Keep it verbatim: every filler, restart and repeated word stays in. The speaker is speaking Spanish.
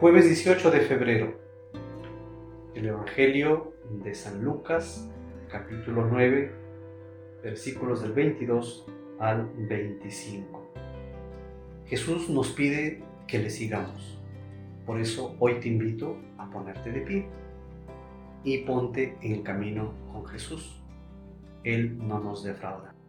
Jueves dieciocho de febrero. El Evangelio de San Lucas, capítulo nueve, versículos del veintidós al veinticinco. Jesús nos pide que le sigamos. Por eso hoy te invito a ponerte de pie y ponte en camino con Jesús. Él no nos defrauda.